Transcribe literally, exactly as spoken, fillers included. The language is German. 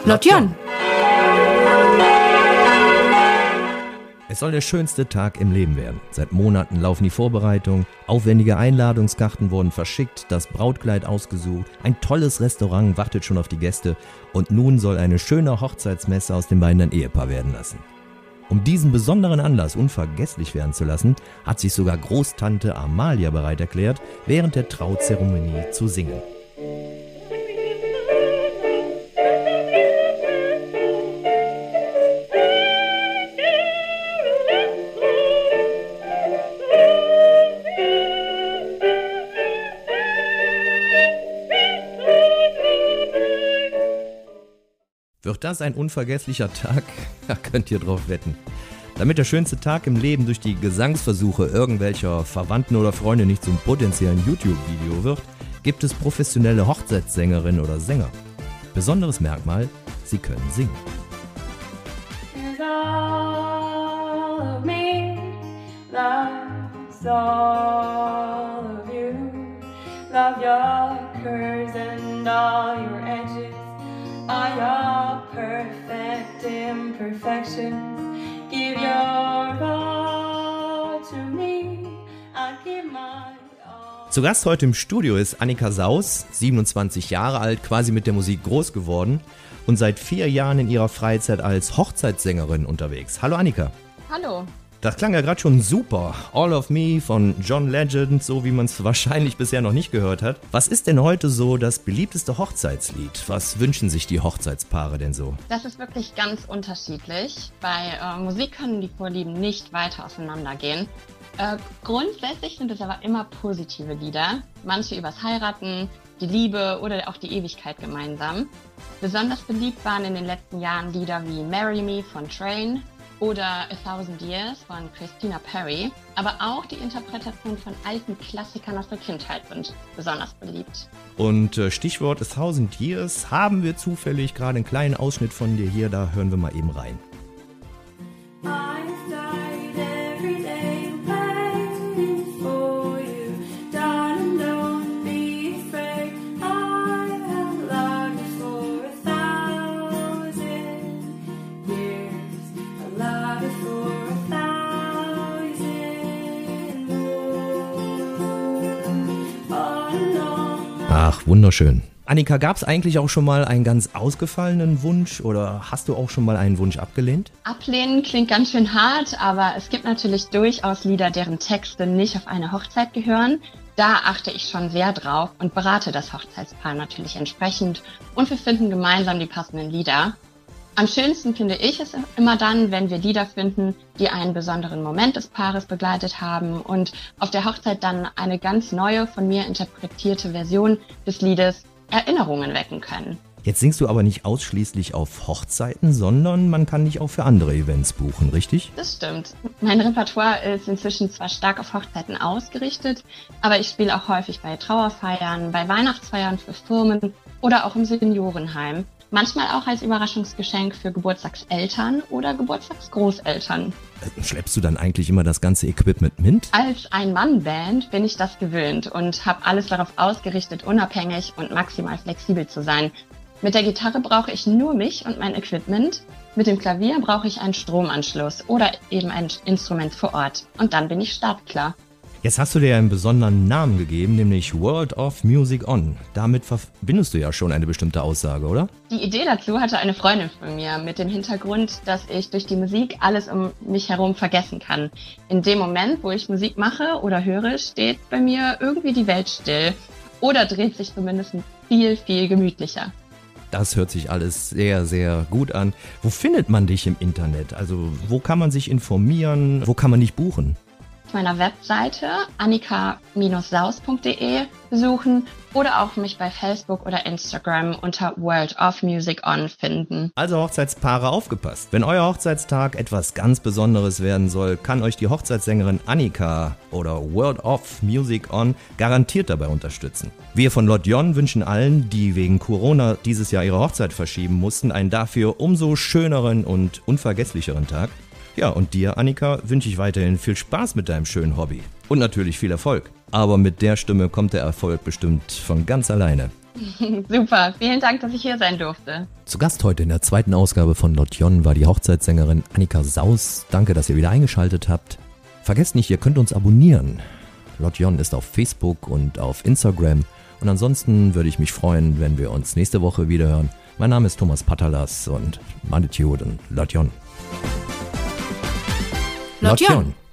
Lotjon. Es soll der schönste Tag im Leben werden. Seit Monaten laufen die Vorbereitungen, aufwendige Einladungskarten wurden verschickt, das Brautkleid ausgesucht, ein tolles Restaurant wartet schon auf die Gäste und nun soll eine schöne Hochzeitsmesse aus dem weinenden Ehepaar werden lassen. Um diesen besonderen Anlass unvergesslich werden zu lassen, hat sich sogar Großtante Amalia bereit erklärt, während der Trauzeremonie zu singen. Wird das ein unvergesslicher Tag? Da könnt ihr drauf wetten. Damit der schönste Tag im Leben durch die Gesangsversuche irgendwelcher Verwandten oder Freunde nicht zum potenziellen YouTube-Video wird, gibt es professionelle Hochzeitssängerinnen oder Sänger. Besonderes Merkmal, sie können singen. All of me loves all of you. Love your curves and all your edges. All your perfect imperfections. Give your all to me. I'll give my all. Zu Gast heute im Studio ist Annika Saus, siebenundzwanzig Jahre alt, quasi mit der Musik groß geworden und seit vier Jahren in ihrer Freizeit als Hochzeitssängerin unterwegs. Hallo Annika. Hallo. Das klang ja gerade schon super. All of Me von John Legend, so wie man es wahrscheinlich bisher noch nicht gehört hat. Was ist denn heute so das beliebteste Hochzeitslied? Was wünschen sich die Hochzeitspaare denn so? Das ist wirklich ganz unterschiedlich. Bei äh, Musik können die Vorlieben nicht weiter auseinandergehen. Äh, grundsätzlich sind es aber immer positive Lieder. Manche übers Heiraten, die Liebe oder auch die Ewigkeit gemeinsam. Besonders beliebt waren in den letzten Jahren Lieder wie Marry Me von Train oder A Thousand Years von Christina Perri. Aber auch die Interpretation von alten Klassikern aus der Kindheit sind besonders beliebt. Und äh, Stichwort A Thousand Years, haben wir zufällig gerade einen kleinen Ausschnitt von dir hier, da hören wir mal eben rein. Ach, wunderschön. Annika, gab es eigentlich auch schon mal einen ganz ausgefallenen Wunsch oder hast du auch schon mal einen Wunsch abgelehnt? Ablehnen klingt ganz schön hart, aber es gibt natürlich durchaus Lieder, deren Texte nicht auf eine Hochzeit gehören. Da achte ich schon sehr drauf und berate das Hochzeitspaar natürlich entsprechend und wir finden gemeinsam die passenden Lieder. Am schönsten finde ich es immer dann, wenn wir Lieder finden, die einen besonderen Moment des Paares begleitet haben und auf der Hochzeit dann eine ganz neue, von mir interpretierte Version des Liedes Erinnerungen wecken können. Jetzt singst du aber nicht ausschließlich auf Hochzeiten, sondern man kann dich auch für andere Events buchen, richtig? Das stimmt. Mein Repertoire ist inzwischen zwar stark auf Hochzeiten ausgerichtet, aber ich spiele auch häufig bei Trauerfeiern, bei Weihnachtsfeiern für Firmen oder auch im Seniorenheim. Manchmal auch als Überraschungsgeschenk für Geburtstagseltern oder Geburtstagsgroßeltern. Schleppst du dann eigentlich immer das ganze Equipment mit? Als Ein-Mann-Band bin ich das gewöhnt und habe alles darauf ausgerichtet, unabhängig und maximal flexibel zu sein. Mit der Gitarre brauche ich nur mich und mein Equipment. Mit dem Klavier brauche ich einen Stromanschluss oder eben ein Instrument vor Ort. Und dann bin ich startklar. Jetzt hast du dir einen besonderen Namen gegeben, nämlich World of Music On. Damit verbindest du ja schon eine bestimmte Aussage, oder? Die Idee dazu hatte eine Freundin von mir mit dem Hintergrund, dass ich durch die Musik alles um mich herum vergessen kann. In dem Moment, wo ich Musik mache oder höre, steht bei mir irgendwie die Welt still oder dreht sich zumindest viel, viel gemütlicher. Das hört sich alles sehr, sehr gut an. Wo findet man dich im Internet? Also wo kann man sich informieren? Wo kann man dich buchen? Auf meiner Webseite annika Saus punkt de besuchen oder auch mich bei Facebook oder Instagram unter World of Music On finden. Also Hochzeitspaare, aufgepasst. Wenn euer Hochzeitstag etwas ganz Besonderes werden soll, kann euch die Hochzeitssängerin Annika oder World of Music On garantiert dabei unterstützen. Wir von Lotjon wünschen allen, die wegen Corona dieses Jahr ihre Hochzeit verschieben mussten, einen dafür umso schöneren und unvergesslicheren Tag. Ja, und dir, Annika, wünsche ich weiterhin viel Spaß mit deinem schönen Hobby. Und natürlich viel Erfolg. Aber mit der Stimme kommt der Erfolg bestimmt von ganz alleine. Super, vielen Dank, dass ich hier sein durfte. Zu Gast heute in der zweiten Ausgabe von Lotjon war die Hochzeitssängerin Annika Saus. Danke, dass ihr wieder eingeschaltet habt. Vergesst nicht, ihr könnt uns abonnieren. Lotjon ist auf Facebook und auf Instagram. Und ansonsten würde ich mich freuen, wenn wir uns nächste Woche wieder hören. Mein Name ist Thomas Patalas und Manitude und Lotjon. Lotjon.